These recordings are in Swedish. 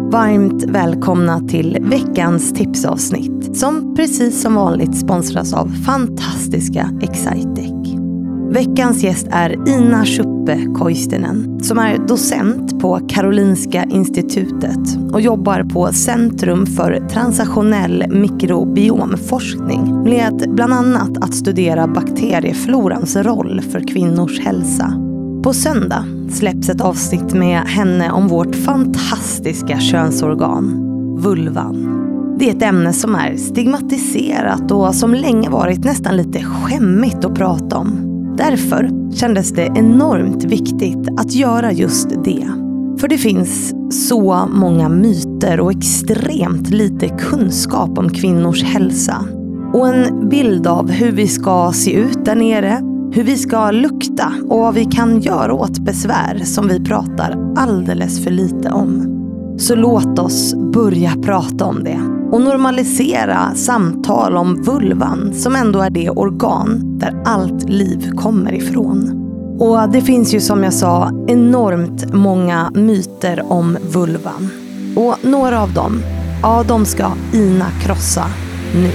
Varmt välkomna till veckans tipsavsnitt som precis som vanligt sponsras av fantastiska Excitec. Veckans gäst är Ina Schuppe-Koistinen som är docent på Karolinska institutet och jobbar på Centrum för transaktionell mikrobiomforskning med bland annat att studera bakterieflorans roll för kvinnors hälsa. På söndag släpps ett avsnitt med henne om vårt fantastiska könsorgan, vulvan. Det är ett ämne som är stigmatiserat och som länge varit nästan lite skämmigt att prata om. Därför kändes det enormt viktigt att göra just det. För det finns så många myter och extremt lite kunskap om kvinnors hälsa. Och en bild av hur vi ska se ut där nere, hur vi ska lukta och vad vi kan göra åt besvär som vi pratar alldeles för lite om. Så låt oss börja prata om det och normalisera samtal om vulvan som ändå är det organ där allt liv kommer ifrån. Och det finns ju som jag sa enormt många myter om vulvan. Och några av dem, ja de ska Ina krossa nu.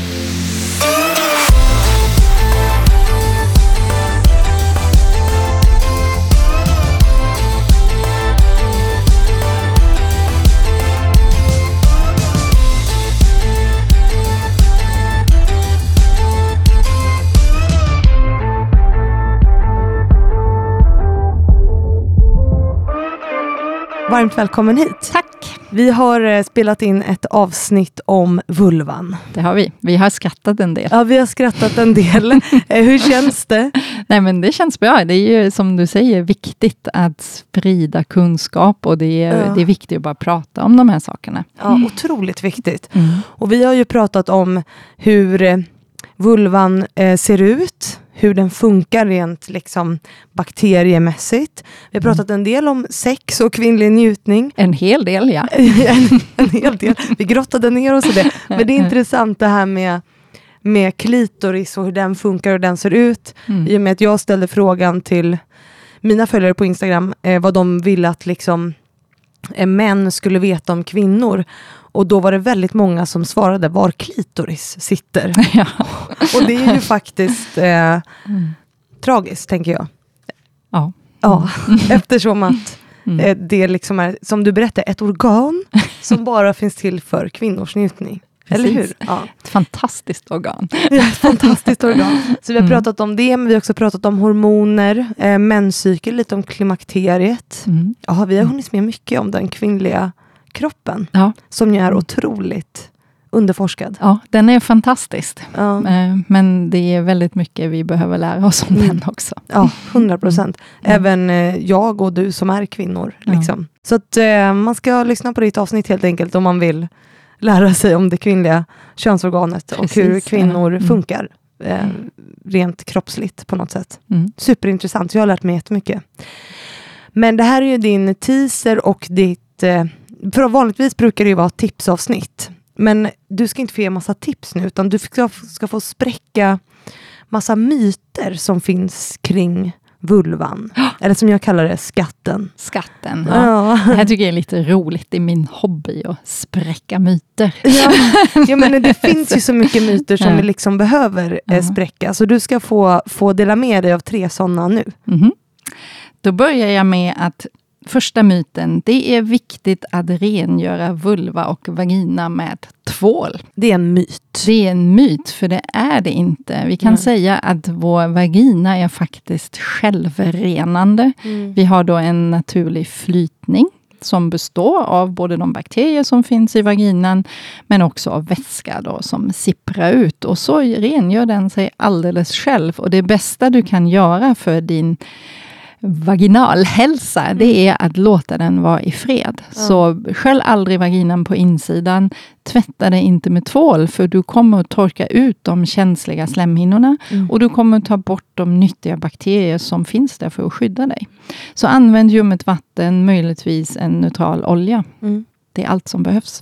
Varmt välkommen hit. Tack. Vi har spelat in ett avsnitt om vulvan. Det har vi. Vi har skrattat en del. Ja, vi har skrattat en del. Hur känns det? Nej, men det känns bra. Det är ju som du säger viktigt att sprida kunskap och det är viktigt att bara prata om de här sakerna. Ja, otroligt viktigt. Mm. Och vi har ju pratat om hur vulvan ser ut, hur den funkar rent liksom bakteriemässigt. Vi har pratat en del om sex och kvinnlig njutning. En hel del, ja. en hel del. Vi grottade ner oss i det. Men det är intressant det här med klitoris och hur den funkar och hur den ser ut. I och med att jag ställde frågan till mina följare på Instagram vad de ville att liksom män skulle veta om kvinnor. Och då var det väldigt många som svarade var klitoris sitter. Ja. Och det är ju faktiskt tragiskt, tänker jag. Ja. Ja, eftersom att det liksom är, som du berättade, ett organ som bara finns till för kvinnors njutning. Precis. Eller hur? Ja. Ett fantastiskt organ. Ja, ett fantastiskt organ. Så vi har pratat om det, men vi har också pratat om hormoner, menscykel, lite om klimakteriet. Ja, vi har hunnit med mycket om den kvinnliga kroppen. Ja. Som ju är otroligt underforskad. Ja, den är fantastisk. Ja. Men det är väldigt mycket vi behöver lära oss om den också. Ja, 100%. Även jag och du som är kvinnor. Liksom. Så att man ska lyssna på ditt avsnitt helt enkelt om man vill lära sig om det kvinnliga könsorganet. Precis, och hur kvinnor funkar rent kroppsligt på något sätt. Superintressant, jag har lärt mig jättemycket. Men det här är ju din teaser och ditt för vanligtvis brukar det ju vara tipsavsnitt. Men du ska inte få ge massa tips nu, utan du ska få spräcka massa myter som finns kring vulvan. Eller som jag kallar det, skatten. Skatten, ja. Det här tycker jag är lite roligt. Det är min hobby att spräcka myter. Ja, men det finns ju så mycket myter som vi liksom behöver spräcka. Så du ska få dela med dig av 3 sådana nu. Då börjar jag med att första myten, det är viktigt att rengöra vulva och vagina med tvål. Det är en myt. Det är en myt, för det är det inte. Vi kan säga att vår vagina är faktiskt självrenande. Vi har då en naturlig flytning som består av både de bakterier som finns i vaginan men också av vätska då, som sipprar ut. Och så rengör den sig alldeles själv. Och det bästa du kan göra för din vaginalhälsa, det är att låta den vara i fred. Så skölj aldrig vaginan på insidan. Tvätta det inte med tvål, för du kommer att torka ut de känsliga slemhinnorna och du kommer att ta bort de nyttiga bakterier som finns där för att skydda dig. Så använd ljummet vatten, möjligtvis en neutral olja. Det är allt som behövs.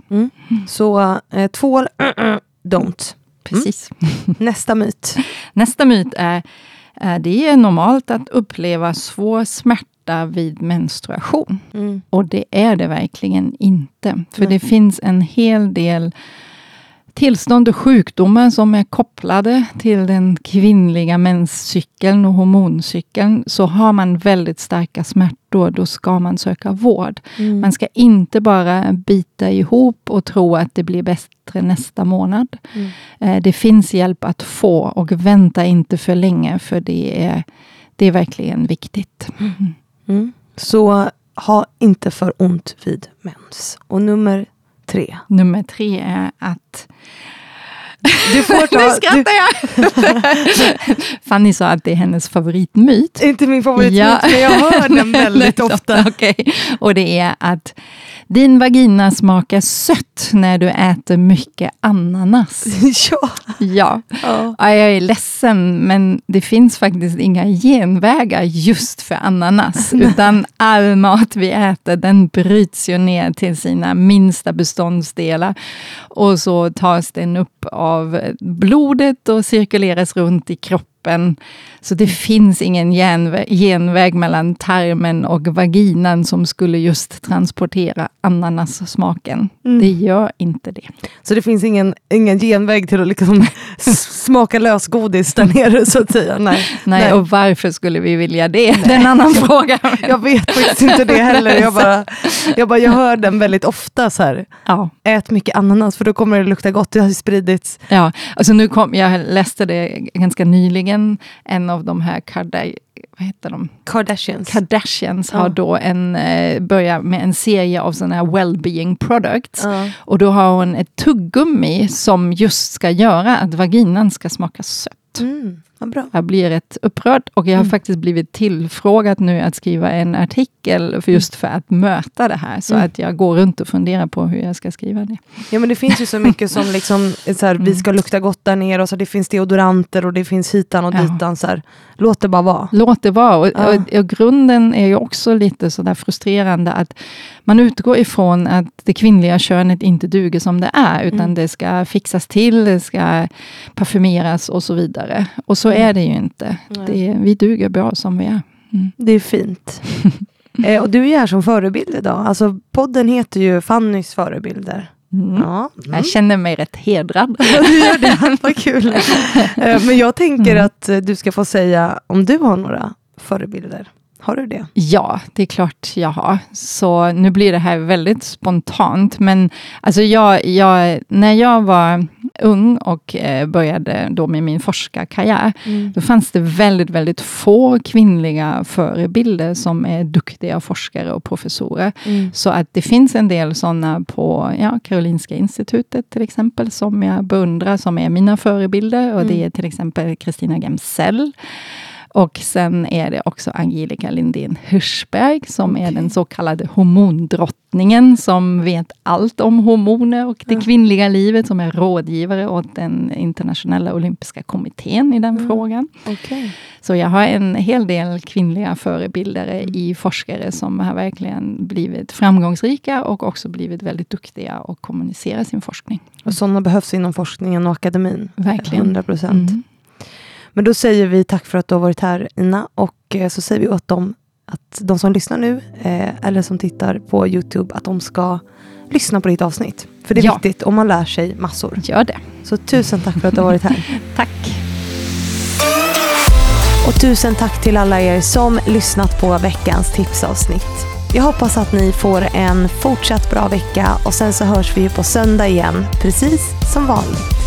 Så tvål, don't. Precis. Nästa myt. Nästa myt är det är normalt att uppleva svår smärta smärta vid menstruation. Och det är det verkligen inte. För det finns en hel del tillstånd och sjukdomar som är kopplade till den kvinnliga menscykeln och hormoncykeln. Så har man väldigt starka smärtor, då ska man söka vård. Man ska inte bara bita ihop och tro att det blir bättre nästa månad. Det finns hjälp att få, och vänta inte för länge, för det är verkligen viktigt. Så ha inte för ont vid mens. Och nummer 3. Nummer 3 är att... Du får ta... Nu skrattar jag! Fanny sa att det är hennes favoritmyt. Inte min favoritmyt, men jag hör den väldigt ofta. Okay. Och det är att din vagina smakar sött när du äter mycket ananas. Ja. Jag är ledsen, men det finns faktiskt inga genvägar just för ananas. Utan all mat vi äter, den bryts ju ner till sina minsta beståndsdelar. Och så tas den upp av blodet och cirkuleras runt i kroppen. Så det finns ingen genväg mellan tarmen och vaginan som skulle just transportera ananassmaken. Det gör inte det. Så det finns ingen genväg till att liksom smaka lösgodis där nere, så att säga? Nej, och varför skulle vi vilja det? Det är en annan fråga. Jag vet faktiskt inte det heller. Jag hör den väldigt ofta så här. Ja. Ät mycket ananas, för då kommer det lukta gott. Det har spridits. Ja, alltså jag läste det ganska nyligen. En av de här Kardashians har då börjat med en serie av sådana här well-being products. Och då har hon ett tuggummi som just ska göra att vaginan ska smaka sött. Vad bra. Jag blir rätt upprörd, och jag har faktiskt blivit tillfrågad nu att skriva en artikel för att möta det här. Så att jag går runt och funderar på hur jag ska skriva det. Ja, men det finns ju så mycket som liksom, så här, vi ska lukta gott där nere, och så det finns deodoranter och det finns hitan och ditan. Så här. Låt det bara vara. Låt det vara. Och grunden är ju också lite så där frustrerande att man utgår ifrån att det kvinnliga könet inte duger som det är, utan det ska fixas till, det ska parfymeras och så vidare. Och så är det ju inte. Vi duger bra som vi är. Det är fint. Och du är här som förebild idag. Alltså podden heter ju Fannys förebilder. Jag känner mig rätt hedrad. Ja, du gör det. Vad kul. Men jag tänker att du ska få säga om du har några förebilder. Har du det? Ja, det är klart jag har. Så nu blir det här väldigt spontant. Men alltså när jag var ung och började då med min forskarkarriär, då fanns det väldigt, väldigt få kvinnliga förebilder som är duktiga forskare och professorer. Så att det finns en del sådana på Karolinska institutet till exempel, som jag beundrar, som är mina förebilder. Och det är till exempel Kristina Gemzell. Och sen är det också Angelica Lindén Hirschberg som är den så kallade hormondrottningen, som vet allt om hormoner och det kvinnliga livet, som är rådgivare åt den internationella olympiska kommittén i den frågan. Så jag har en hel del kvinnliga förebilder i forskare som har verkligen blivit framgångsrika och också blivit väldigt duktiga och kommunicera sin forskning. Och sådana behövs inom forskningen och akademin. Verkligen. 100%. Men då säger vi tack för att du har varit här, Ina. Och så säger vi åt dem, att de som lyssnar nu eller som tittar på YouTube, att de ska lyssna på ditt avsnitt. För det är viktigt, och man lär sig massor. Gör det. Så tusen tack för att du har varit här. Tack. Och tusen tack till alla er som lyssnat på veckans tipsavsnitt. Jag hoppas att ni får en fortsatt bra vecka, och sen så hörs vi på söndag igen, precis som vanligt.